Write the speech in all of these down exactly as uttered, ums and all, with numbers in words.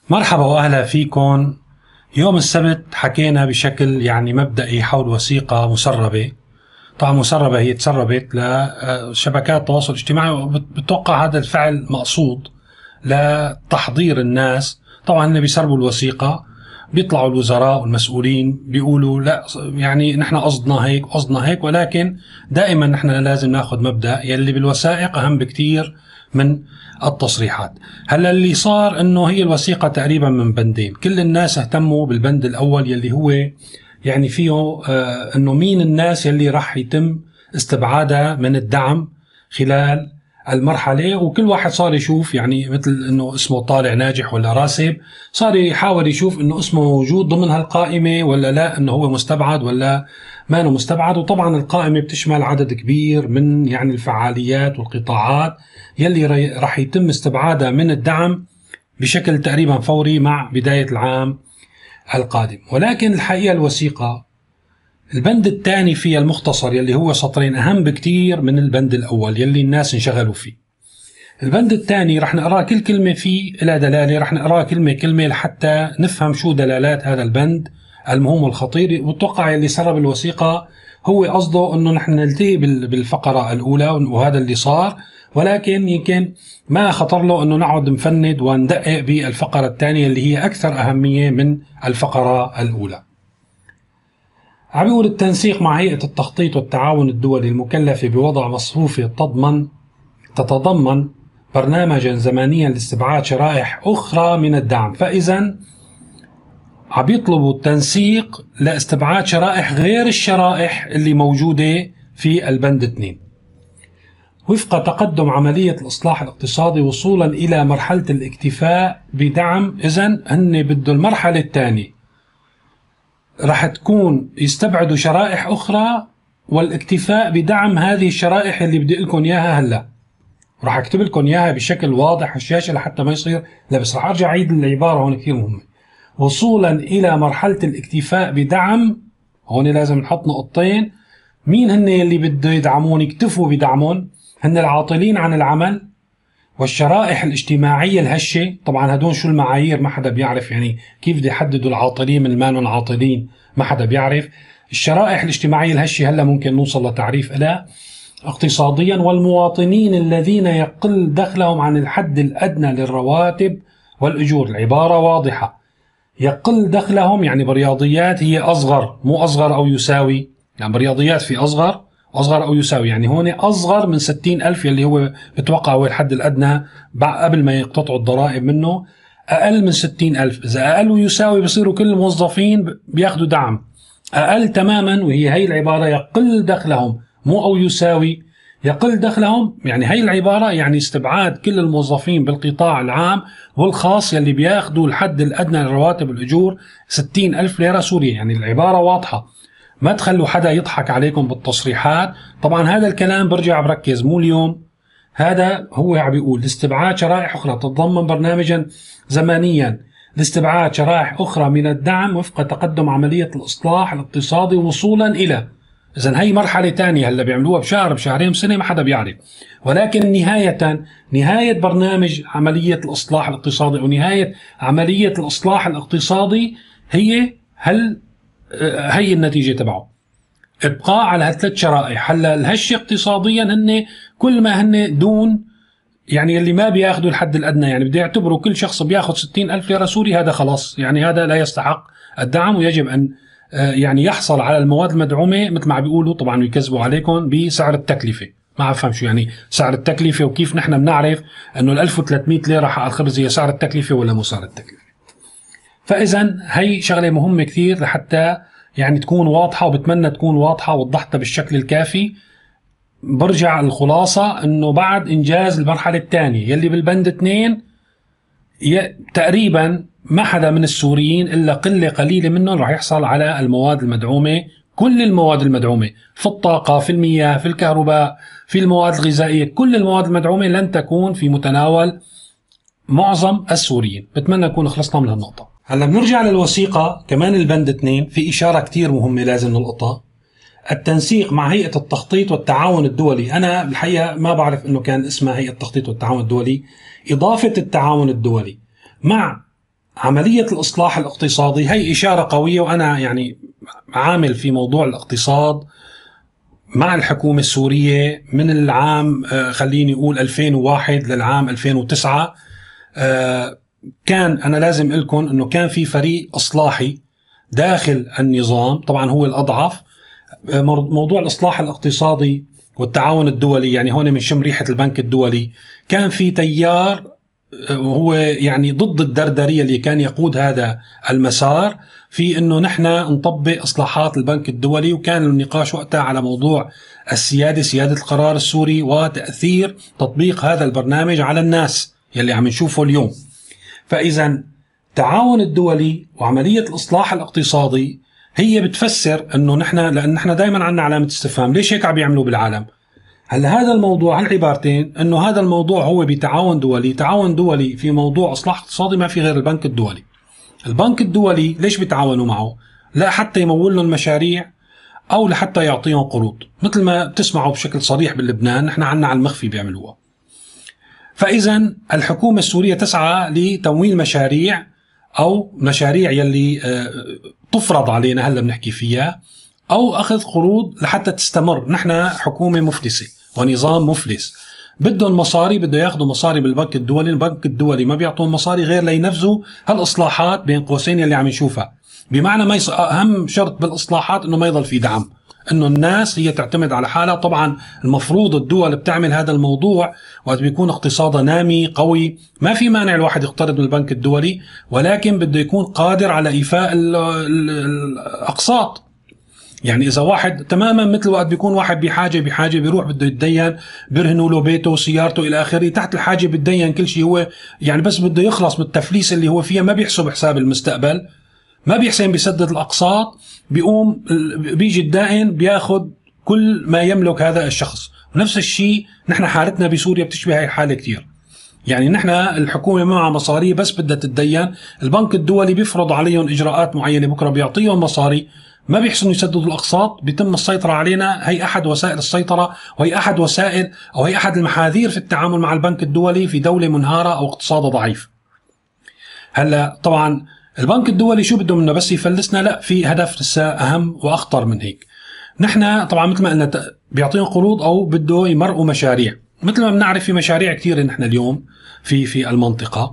مرحبا وأهلا فيكم. يوم السبت حكينا بشكل يعني مبدئي حول وثيقة مسربة. طبعا مسربة هي تسربت لشبكات التواصل الاجتماعي، وبتوقع هذا الفعل مقصود لتحضير الناس. طبعا اللي بيسربوا الوثيقة بيطلعوا الوزراء والمسؤولين بيقولوا لا يعني نحن قصدنا هيك قصدنا هيك، ولكن دائما نحن لازم ناخذ مبدأ يلي بالوثائق أهم بكتير من التصريحات. هلا اللي صار انه هي الوثيقة تقريبا من بندين، كل الناس اهتموا بالبند الاول يلي هو يعني فيه آه انه مين الناس يلي راح يتم استبعادها من الدعم خلال المرحلة، وكل واحد صار يشوف يعني مثل انه اسمه طالع ناجح ولا راسب، صار يحاول يشوف انه اسمه موجود ضمن هالقائمة ولا لا، انه هو مستبعد ولا ما انه مستبعد. وطبعا القائمة بتشمل عدد كبير من يعني الفعاليات والقطاعات يلي راح يتم استبعادها من الدعم بشكل تقريبا فوري مع بداية العام القادم. ولكن الحقيقة الوثيقة البند الثاني فيها المختصر يلي هو سطرين أهم بكتير من البند الأول يلي الناس انشغلوا فيه. البند الثاني رح نقرأ كل كلمة فيه إلى دلالة، رح نقرأ كلمة كلمة لحتى نفهم شو دلالات هذا البند المهم والخطير. وتوقع يلي سرب الوثيقة هو قصده أنه نحن نلتهي بالفقرة الأولى وهذا اللي صار، ولكن يمكن ما خطر له أنه نقعد نفند وندقق بالفقرة الثانية اللي هي أكثر أهمية من الفقرة الأولى. عم يقول التنسيق مع هيئة التخطيط والتعاون الدولي المكلفة بوضع مصفوفة تضمن تتضمن برنامجا زمنيا لاستبعاد شرائح أخرى من الدعم. فإذا عم يطلبوا التنسيق لاستبعاد شرائح غير الشرائح اللي موجودة في البند اثنين وفق تقدم عملية الإصلاح الاقتصادي وصولا إلى مرحلة الاكتفاء بدعم. إذن هن بدو المرحلة الثانية رح تكون يستبعدوا شرائح أخرى والاكتفاء بدعم هذه الشرائح اللي بدي لكم إياها هلأ. رح أكتب لكم إياها بشكل واضح على الشاشة لحتى ما يصير لا، بس رح أرجع أعيد العبارة هون كثير مهمة. وصولا إلى مرحلة الاكتفاء بدعم، هون لازم نحط نقطتين. مين هن اللي بده يدعمون يكتفوا بدعمهم؟ هن العاطلين عن العمل والشرائح الاجتماعية الهشة. طبعا هدول شو المعايير ما حدا بيعرف، يعني كيف بدي يحددوا العاطلين من المانون عاطلين ما حدا بيعرف. الشرائح الاجتماعية الهشة هلا ممكن نوصل لتعريف لها اقتصاديا. والمواطنين الذين يقل دخلهم عن الحد الأدنى للرواتب والأجور. العبارة واضحة، يقل دخلهم يعني برياضيات هي أصغر، مو أصغر أو يساوي، يعني برياضيات في أصغر أصغر أو يساوي، يعني هون أصغر من ستين ألف يلي هو بتوقع هو الحد الأدنى قبل ما يقتطعوا الضرائب منه. أقل من ستين ألف، إذا أقل ويساوي بصيروا كل الموظفين بياخدوا دعم. أقل تماما وهي هي العبارة يقل دخلهم، مو أو يساوي، يقل دخلهم يعني هي العبارة يعني استبعاد كل الموظفين بالقطاع العام والخاص يلي بياخدوا الحد الأدنى للرواتب الأجور ستين ألف ليرة سورية. يعني العبارة واضحة، ما تخلوا حدا يضحك عليكم بالتصريحات. طبعا هذا الكلام برجع بركز مو اليوم، هذا هو عم بيقول لاستبعاد شرائح أخرى تتضمن برنامجا زمنيا لاستبعاد شرائح أخرى من الدعم وفق تقدم عملية الإصلاح الاقتصادي وصولا إلى. إذن هي مرحلة تانية هلا بيعملوها بشهر بشهرين بسنة ما حدا بيعرف، ولكن نهاية نهاية برنامج عملية الإصلاح الاقتصادي ونهاية عملية الإصلاح الاقتصادي هي هل هي النتيجة تبعه ابقاء على هالثلاث شرائح. هلا الهش اقتصاديا هن كل ما هن دون يعني اللي ما بياخذوا الحد الأدنى، يعني بدي يعتبروا كل شخص بياخذ ستين ألف ليرة سوري هذا خلاص، يعني هذا لا يستحق الدعم ويجب أن يعني يحصل على المواد المدعومة مثل ما بيقولوا. طبعا يكذبوا عليكم بسعر التكلفة، ما أفهم شو يعني سعر التكلفة وكيف نحن بنعرف أنه الألف وثلاثمئة ليرة حق الخبز هي سعر التكلفة ولا مو سعر التكلفة. فإذا هي شغلة مهمة كثير لحتى يعني تكون واضحة، وبتمنى تكون واضحة ووضحتها بالشكل الكافي. برجع الخلاصة أنه بعد إنجاز المرحلة الثانية يلي بالبند اثنين تقريبا ما حدا من السوريين إلا قلة قليلة منهم رح يحصل على المواد المدعومة. كل المواد المدعومة في الطاقة، في المياه، في الكهرباء، في المواد الغذائية، كل المواد المدعومة لن تكون في متناول معظم السوريين. بتمنى نكون خلصنا من هالنقطة. هلا بنرجع للوثيقة كمان البند اثنين في إشارة كتير مهمة لازم نلقطها. التنسيق مع هيئة التخطيط والتعاون الدولي. أنا بالحقيقة ما بعرف أنه كان اسمها هيئة التخطيط والتعاون الدولي. إضافة التعاون الدولي مع عملية الإصلاح الاقتصادي هي إشارة قوية، وأنا يعني عامل في موضوع الاقتصاد مع الحكومة السورية من العام خليني أقول ألفين وواحد للعام ألفين وتسعة. كان أنا لازم لكم أنه كان في فريق إصلاحي داخل النظام، طبعا هو الأضعف. موضوع الإصلاح الاقتصادي والتعاون الدولي، يعني هون من شم ريحة البنك الدولي، كان في تيار وهو يعني ضد الدردرية اللي كان يقود هذا المسار في أنه نحن نطبق إصلاحات البنك الدولي. وكان النقاش وقتها على موضوع السيادة، سيادة القرار السوري، وتأثير تطبيق هذا البرنامج على الناس يلي عم نشوفه اليوم. فإذا التعاون الدولي وعملية الإصلاح الاقتصادي هي بتفسر أنه نحن، لأن نحن دايما عنا علامة استفهام، ليش هيك عم يعملوا بالعالم؟ هلا هذا الموضوع، هالعبارتين، انه هذا الموضوع هو بتعاون دولي. تعاون دولي في موضوع اصلاح اقتصادي ما في غير البنك الدولي. البنك الدولي ليش بيتعاونوا معه؟ لا حتى يمول لهم مشاريع او لحتى يعطيهم قروض، مثل ما بتسمعوا بشكل صريح بلبنان نحن عنا على المخفي بيعملوها. فاذا الحكومة السورية تسعى لتمويل مشاريع او مشاريع يلي تفرض علينا هلا بنحكي فيها، او اخذ قروض لحتى تستمر. نحن حكومة مفلسة ونظام مفلس، بدهم مصاري، بده ياخذوا مصاري بالبنك الدولي. البنك الدولي ما بيعطون مصاري غير لينفذوا هالاصلاحات بين قوسين اللي عم نشوفها. بمعنى ما يص... اهم شرط بالاصلاحات انه ما يضل في دعم، انه الناس هي تعتمد على حالها. طبعا المفروض الدول بتعمل هذا الموضوع وقت بيكون اقتصادها نامي قوي، ما في مانع الواحد يقترض من البنك الدولي، ولكن بده يكون قادر على ايفاء الاقساط. يعني إذا واحد تماما مثل وقت بيكون واحد بحاجة بحاجة بيروح بده يتدين، بيرهنوا له بيته وسيارته إلى آخره، تحت الحاجة بتدين كل شيء، هو يعني بس بده يخلص من التفليس اللي هو فيها، ما بيحسب حساب المستقبل، ما بيحسن بيسدد الأقساط، بيقوم بيجي الدائن بياخد كل ما يملك هذا الشخص. ونفس الشيء نحن حالتنا بسوريا بتشبه هاي الحالة كتير. يعني نحن الحكومة معها مصاري بس بدها تتدين، البنك الدولي بيفرض عليهم إجراءات معينة، بكرة بيعطيهم مصاري ما بيحسنوا يسددوا الأقساط، بيتم السيطرة علينا. هي أحد وسائل السيطرة، وهي أحد وسائل أو هي أحد المحاذير في التعامل مع البنك الدولي في دولة منهارة أو اقتصادها ضعيف. هلا طبعا البنك الدولي شو بده منا؟ بس يفلسنا؟ لا، في هدف لسه أهم وأخطر من هيك. نحن طبعا مثل ما قلنا بيعطيهم قروض أو بده يمرقوا مشاريع. مثل ما بنعرف في مشاريع كثيرة نحن اليوم في في المنطقة،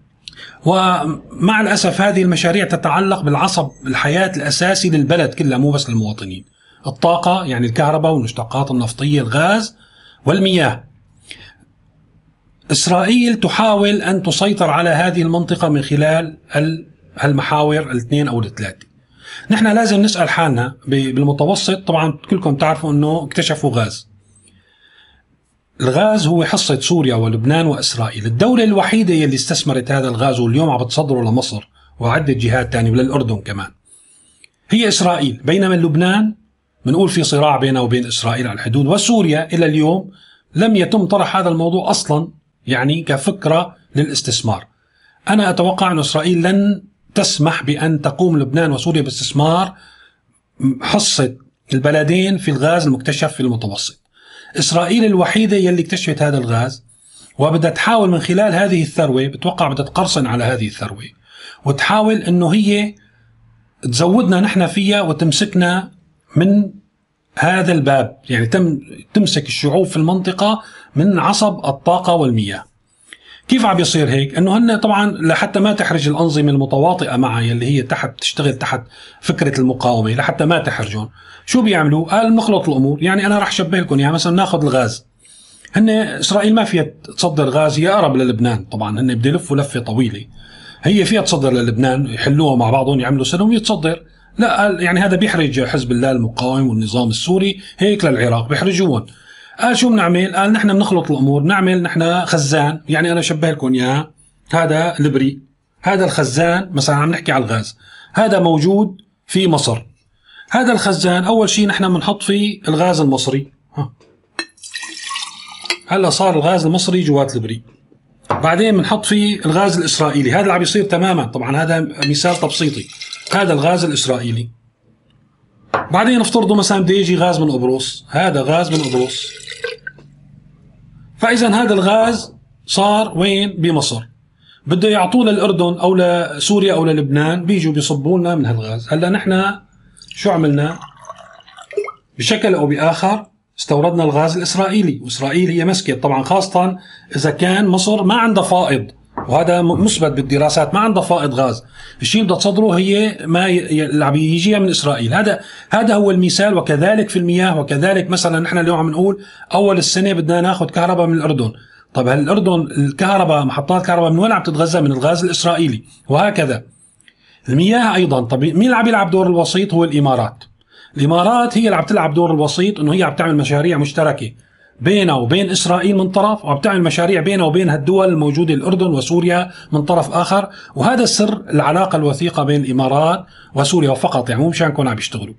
ومع الأسف هذه المشاريع تتعلق بالعصب الحياة الأساسي للبلد كلها، مو بس للمواطنين. الطاقة يعني الكهرباء والمشتقات النفطية، الغاز والمياه. إسرائيل تحاول أن تسيطر على هذه المنطقة من خلال المحاور الاثنين أو الثلاثة. نحن لازم نسأل حالنا بالمتوسط. طبعا كلكم تعرفوا أنه اكتشفوا غاز. الغاز هو حصة سوريا ولبنان وإسرائيل. الدولة الوحيدة اللي استثمرت هذا الغاز واليوم عم بتصدره لمصر وعدة جهات تانية وللأردن كمان هي إسرائيل. بينما لبنان بنقول في صراع بينه وبين إسرائيل على الحدود، وسوريا إلى اليوم لم يتم طرح هذا الموضوع أصلا يعني كفكرة للاستثمار. أنا أتوقع أن إسرائيل لن تسمح بأن تقوم لبنان وسوريا باستثمار حصة البلدين في الغاز المكتشف في المتوسط. إسرائيل الوحيدة يلي اكتشفت هذا الغاز، وبدها تحاول من خلال هذه الثروة، بتوقع بدها تقرصن على هذه الثروة وتحاول أنه هي تزودنا نحن فيها وتمسكنا من هذا الباب. يعني تم تمسك الشعوب في المنطقة من عصب الطاقة والمياه. كيف عم يصير هيك؟ انه هن طبعا لحتى ما تحرج الانظمه المتواطئه معها اللي هي تحت تشتغل تحت فكره المقاومه، لحتى ما تحرجون، شو بيعملوا؟ قال مخلط الامور. يعني انا راح شبه لكم يعني مثلا ناخذ الغاز. هن اسرائيل ما فيها تصدر غاز، هي اقرب للبنان طبعا، هن بده يلفوا لفه طويله. هي فيها تصدر للبنان، يحلوها مع بعضهم يعملوا سلم ويتصدر. لا يعني هذا بيحرج حزب الله المقاوم والنظام السوري، هيك للعراق بيحرجوهم. قال شو بنعمل؟ قال نحن بنخلط الأمور، نعمل نحن خزان. يعني أنا شبه لكم إياه، هذا البري، هذا الخزان مثلا عم نحكي على الغاز، هذا موجود في مصر. هذا الخزان أول شيء نحن بنحط فيه الغاز المصري. ها. هلا صار الغاز المصري جوات البري. بعدين بنحط فيه الغاز الإسرائيلي، هذا اللي عم يصير تماما. طبعا هذا مثال تبسيطي، هذا الغاز الإسرائيلي. بعدين افترضوا مثلا بده يجي غاز من قبرص، هذا غاز من قبرص. فإذا هذا الغاز صار وين؟ بمصر. بده يعطوه للأردن أو لسوريا أو للبنان، بيجوا بيصبوا لنا من هالغاز. هلا نحن شو عملنا؟ بشكل أو بآخر استوردنا الغاز الإسرائيلي، وإسرائيل هي مسكت طبعا، خاصة إذا كان مصر ما عندها فائض، وهذا مثبت بالدراسات، ما عندها فائض غاز. الشيء اللي بدها تصدره هي ما اللي عم يجيها من إسرائيل. هذا هذا هو المثال. وكذلك في المياه، وكذلك مثلا نحن اليوم عم نقول أول السنة بدنا ناخذ كهرباء من الأردن. طب هل الأردن الكهرباء، محطات الكهرباء من وين عم تتغذى؟ من الغاز الإسرائيلي. وهكذا المياه أيضا. طب مين اللي عم يلعب دور الوسيط؟ هو الإمارات. الإمارات هي اللي عم تلعب دور الوسيط، إنه هي عم تعمل مشاريع مشتركة بينها وبين إسرائيل من طرف، وعم تعمل مشاريع بينها وبين هالدول الموجودة الأردن وسوريا من طرف آخر. وهذا السر العلاقة الوثيقة بين الإمارات وسوريا فقط، يعني مو مشانكم عم يشتغلوا.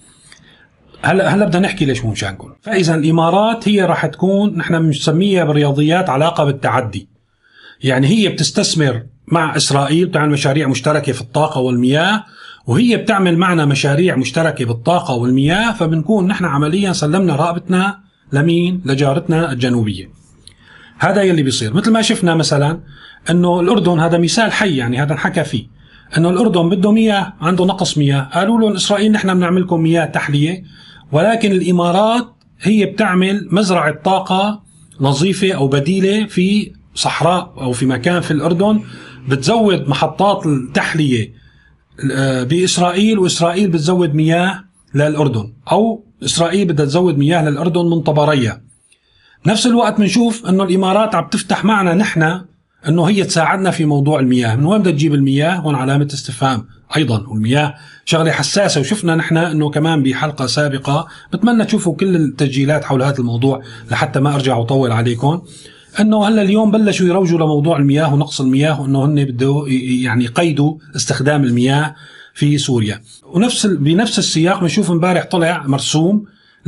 هلا هلا بدنا نحكي ليش مو مشانكم. فإذا الإمارات هي راح تكون، نحن بنسميها بالرياضيات علاقة بالتعدي، يعني هي بتستثمر مع إسرائيل، بتعمل مشاريع مشتركة في الطاقة والمياه، وهي بتعمل معنا مشاريع مشتركة بالطاقة والمياه. فبنكون نحن عمليا سلمنا رقبتنا لمين؟ لجارتنا الجنوبية. هذا يلي بيصير. مثل ما شفنا مثلا انه الأردن، هذا مثال حي، يعني هذا نحكى فيه، انه الأردن بده مياه، عنده نقص مياه، قالوا له إسرائيل نحن بنعملكم مياه تحلية، ولكن الإمارات هي بتعمل مزرعة طاقة نظيفة أو بديلة في صحراء أو في مكان في الأردن، بتزود محطات التحلية بإسرائيل، وإسرائيل بتزود مياه للأردن، أو إسرائيل بدها تزود مياه للأردن من طبرية. نفس الوقت بنشوف أنه الإمارات عم تفتح معنا نحن أنه هي تساعدنا في موضوع المياه. من وين بدها تجيب المياه؟ هون علامة استفهام أيضا. والمياه شغلة حساسة، وشفنا نحن أنه كمان بحلقة سابقة، بتمنى تشوفوا كل التسجيلات حول هذا الموضوع لحتى ما أرجع وطول عليكم، أنه هلا اليوم بلشوا يروجوا لموضوع المياه ونقص المياه، وأنه هن بده يعني يقيدوا استخدام المياه في سوريا. ونفس بنفس السياق بنشوف امبارح طلع مرسوم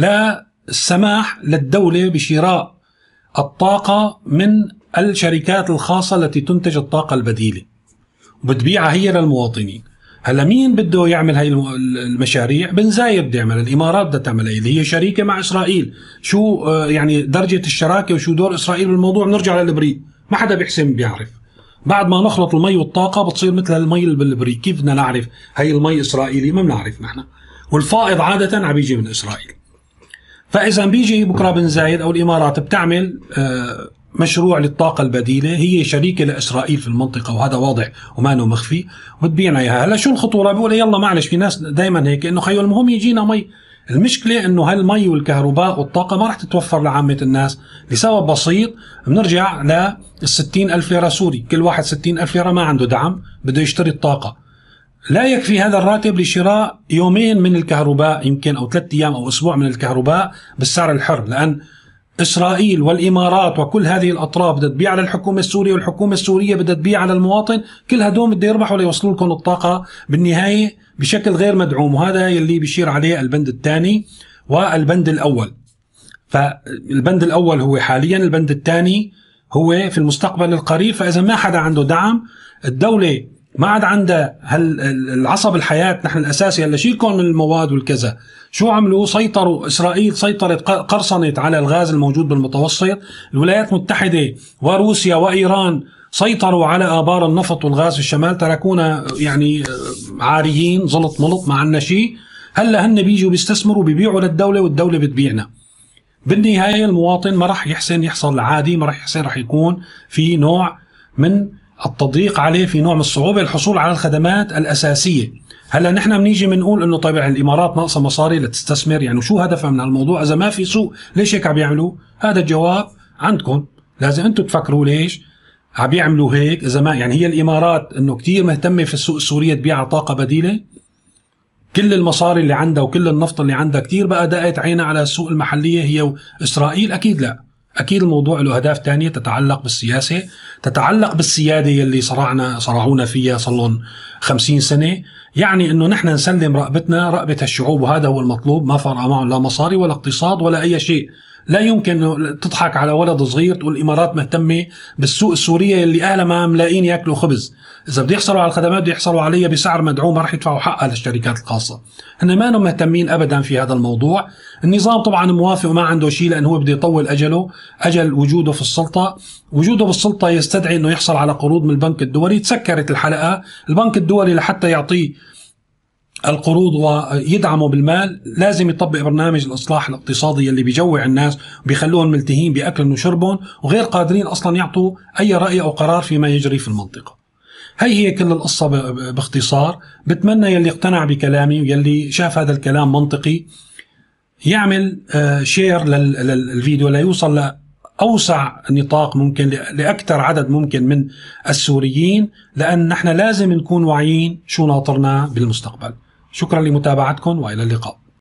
للسماح للدولة بشراء الطاقة من الشركات الخاصة التي تنتج الطاقة البديلة وبتبيعها هي للمواطنين. هلا مين بده يعمل هاي المشاريع؟ بن زايد بده يعمل، الإمارات بدها تعمل، اللي هي شريكة مع إسرائيل. شو يعني درجة الشراكة وشو دور إسرائيل بالموضوع؟ بنرجع للبريق، ما حدا بيحسن بيعرف. بعد ما نخلط المي والطاقة بتصير مثل المي اللي بالبريق. كيف بدنا نعرف هاي المي إسرائيلي؟ ما بنعرف نحن. والفائض عادة عم بيجي من إسرائيل. فإذا بيجي بكرة بن زايد أو الإمارات بتعمل مشروع للطاقة البديلة، هي شريكة لإسرائيل في المنطقة، وهذا واضح وما انه مخفي، وبتبيعنا اياها. هلا شو الخطورة؟ بيقول يلا معلش، في ناس دائما هيك انه خيو المهم يجينا مي. المشكلة انه هالمي والكهرباء والطاقة ما رح تتوفر لعامة الناس لسبب بسيط. بنرجع للستين ألف ليرة سوري، كل واحد ستين ألف ليرة، ما عنده دعم، بده يشتري الطاقة. لا يكفي هذا الراتب لشراء يومين من الكهرباء يمكن، أو ثلاثة أيام أو أسبوع من الكهرباء بالسعر الحر، لأن إسرائيل والإمارات وكل هذه الأطراف بدها تبيع على الحكومة السورية، والحكومة السورية بدها تبيع على المواطن. كل هدول بده يربحوا ليوصلوا لكم الطاقة بالنهاية بشكل غير مدعوم. وهذا يلي بيشير عليه البند الثاني والبند الأول. فالبند الأول هو حاليا، البند الثاني هو في المستقبل القريب. فإذا ما حدا عنده دعم، الدولة ما عاد عندها العصب الحياة نحن الأساسي. هلا شيلكم من المواد والكذا. شو عملوا؟ سيطروا، إسرائيل سيطرت، قرصنت على الغاز الموجود بالمتوسط. الولايات المتحدة وروسيا وإيران سيطروا على آبار النفط والغاز في الشمال، تركونا يعني عاريين، زلط ملط، ما عنا شيء. هلا هن بيجوا بيستثمروا، بيبيعوا للدولة، والدولة بتبيعنا. بالنهاية المواطن ما رح يحسن يحصل عادي، ما رح يحسن، رح يكون في نوع من التضييق عليه، في نوع من الصعوبة الحصول على الخدمات الأساسية. هلا نحن بنيجي بنقول انه طيب الامارات ناقصه مصاري لتستثمر، يعني شو هدفها من هالموضوع؟ اذا ما في سوق ليش هيك عم يعملوا؟ هذا الجواب عندكم، لازم انتم تفكروا ليش عم يعملوا هيك. اذا ما يعني هي الامارات انه كتير مهتمه في السوق السوريه تبيع طاقه بديله، كل المصاري اللي عندها وكل النفط اللي عندها كتير بقى دقت عينها على السوق المحليه هي واسرائيل؟ اكيد لا. أكيد الموضوع له أهداف تانية تتعلق بالسياسة، تتعلق بالسيادة اللي صرعنا صرعونا فيها صلون خمسين سنة. يعني أنه نحن نسلم رقبتنا رقبة الشعوب، وهذا هو المطلوب. ما فرق معهم لا مصاري ولا اقتصاد ولا أي شيء، لا يمكن تضحك على ولد صغير تقول الإمارات مهتمة بالسوق السورية اللي أهلها ما ملاقين يأكلوا خبز. إذا بده يحصلوا على الخدمات بده يحصلوا عليها بسعر مدعوم، ما رح يدفعوا حقها للشركات الخاصة. هن ما هم مهتمين أبدا في هذا الموضوع. النظام طبعا موافق وما عنده شيء، لأنه هو بده يطول أجله، أجل وجوده في السلطة. وجوده بالسلطة يستدعي أنه يحصل على قروض من البنك الدولي. تسكرت الحلقة. البنك الدولي لحتى يعطيه القروض ويدعموا بالمال لازم يطبق برنامج الإصلاح الاقتصادي اللي بيجوع الناس وبيخلوهم ملتهين بأكلهم وشربهم وغير قادرين أصلا يعطوا أي رأي أو قرار فيما يجري في المنطقة. هي هي كل القصة باختصار. بتمنى يلي اقتنع بكلامي ويلي شاف هذا الكلام منطقي يعمل شير للفيديو ليوصل لأوسع نطاق ممكن، لأكثر عدد ممكن من السوريين، لأن نحن لازم نكون واعيين شو ناطرنا بالمستقبل. شكرا لمتابعتكم وإلى اللقاء.